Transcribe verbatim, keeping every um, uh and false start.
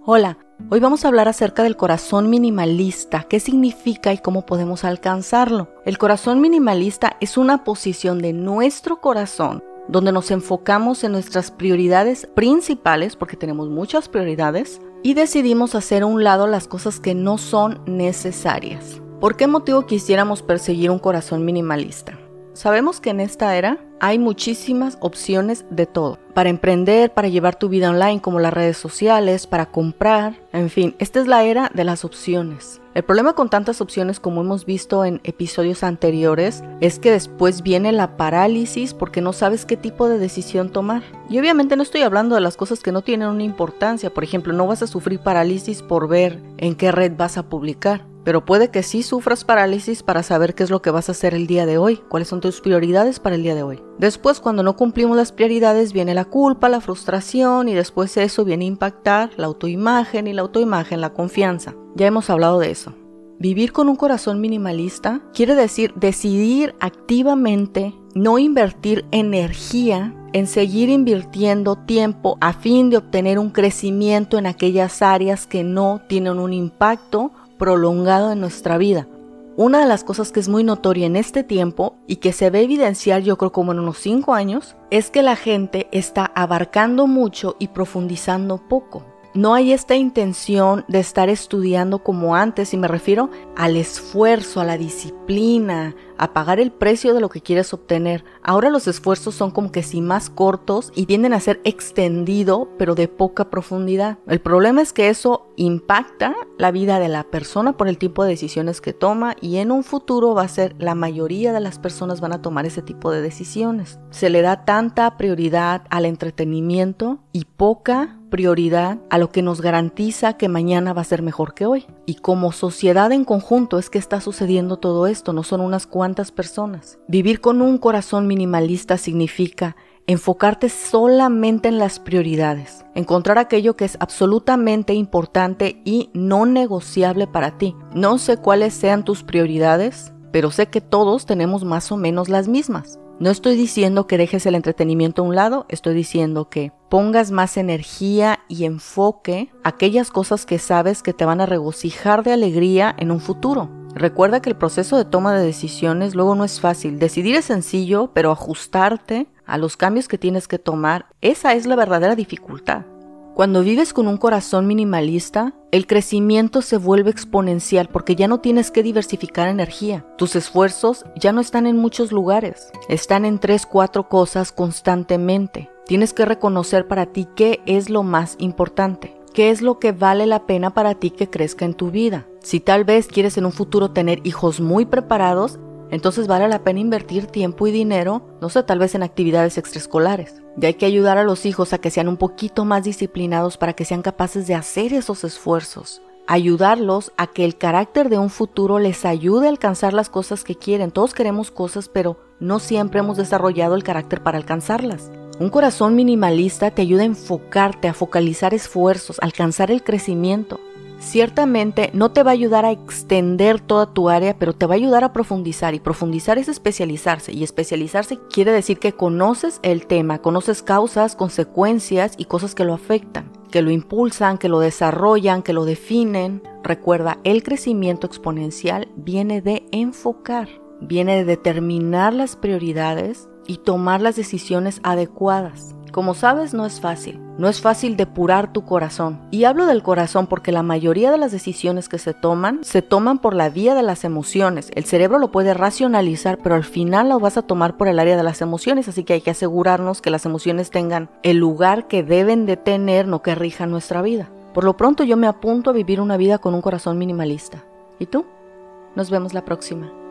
Hola, hoy vamos a hablar acerca del corazón minimalista, qué significa y cómo podemos alcanzarlo. El corazón minimalista es una posición de nuestro corazón donde nos enfocamos en nuestras prioridades principales, porque tenemos muchas prioridades, y decidimos hacer a un lado las cosas que no son necesarias. ¿Por qué motivo quisiéramos perseguir un corazón minimalista? Sabemos que en esta era hay muchísimas opciones de todo. Para emprender, para llevar tu vida online como las redes sociales, para comprar, en fin, esta es la era de las opciones. El problema con tantas opciones, como hemos visto en episodios anteriores, es que después viene la parálisis porque no sabes qué tipo de decisión tomar. Y obviamente no estoy hablando de las cosas que no tienen una importancia. Por ejemplo, no vas a sufrir parálisis por ver en qué red vas a publicar. Pero puede que sí sufras parálisis para saber qué es lo que vas a hacer el día de hoy, cuáles son tus prioridades para el día de hoy. Después, cuando no cumplimos las prioridades, viene la culpa, la frustración y después eso viene a impactar la autoimagen y la autoimagen, la confianza. Ya hemos hablado de eso. Vivir con un corazón minimalista quiere decir decidir activamente no invertir energía en seguir invirtiendo tiempo a fin de obtener un crecimiento en aquellas áreas que no tienen un impacto prolongado en nuestra vida. Una de las cosas que es muy notoria en este tiempo y que se ve evidenciar yo creo como en unos cinco años es que la gente está abarcando mucho y profundizando poco. No hay esta intención de estar estudiando como antes, y me refiero al esfuerzo, a la disciplina, a pagar el precio de lo que quieres obtener. Ahora los esfuerzos son como que sí más cortos y tienden a ser extendido, pero de poca profundidad. El problema es que eso impacta la vida de la persona por el tipo de decisiones que toma, y en un futuro va a ser la mayoría de las personas van a tomar ese tipo de decisiones. Se le da tanta prioridad al entretenimiento y poca prioridad a lo que nos garantiza que mañana va a ser mejor que hoy. Y como sociedad en conjunto es que está sucediendo todo esto, no son unas cuantas personas. Vivir con un corazón minimalista significa enfocarte solamente en las prioridades, encontrar aquello que es absolutamente importante y no negociable para ti. No sé cuáles sean tus prioridades, pero sé que todos tenemos más o menos las mismas. No estoy diciendo que dejes el entretenimiento a un lado, estoy diciendo que pongas más energía y enfoque a aquellas cosas que sabes que te van a regocijar de alegría en un futuro. Recuerda que el proceso de toma de decisiones luego no es fácil. Decidir es sencillo, pero ajustarte a los cambios que tienes que tomar, esa es la verdadera dificultad. Cuando vives con un corazón minimalista, el crecimiento se vuelve exponencial porque ya no tienes que diversificar energía. Tus esfuerzos ya no están en muchos lugares, están en tres, cuatro cosas constantemente. Tienes que reconocer para ti qué es lo más importante, qué es lo que vale la pena para ti que crezca en tu vida. Si tal vez quieres en un futuro tener hijos muy preparados, entonces vale la pena invertir tiempo y dinero, no sé, tal vez en actividades extraescolares. Y hay que ayudar a los hijos a que sean un poquito más disciplinados para que sean capaces de hacer esos esfuerzos. Ayudarlos a que el carácter de un futuro les ayude a alcanzar las cosas que quieren. Todos queremos cosas, pero no siempre hemos desarrollado el carácter para alcanzarlas. Un corazón minimalista te ayuda a enfocarte, a focalizar esfuerzos, a alcanzar el crecimiento. Ciertamente no te va a ayudar a extender toda tu área, pero te va a ayudar a profundizar, y profundizar es especializarse, y especializarse quiere decir que conoces el tema, conoces causas, consecuencias y cosas que lo afectan, que lo impulsan, que lo desarrollan, que lo definen. Recuerda, el crecimiento exponencial viene de enfocar, viene de determinar las prioridades y tomar las decisiones adecuadas. Como sabes, no es fácil. No es fácil depurar tu corazón. Y hablo del corazón porque la mayoría de las decisiones que se toman, se toman por la vía de las emociones. El cerebro lo puede racionalizar, pero al final lo vas a tomar por el área de las emociones, así que hay que asegurarnos que las emociones tengan el lugar que deben de tener, no que rijan nuestra vida. Por lo pronto yo me apunto a vivir una vida con un corazón minimalista. ¿Y tú? Nos vemos la próxima.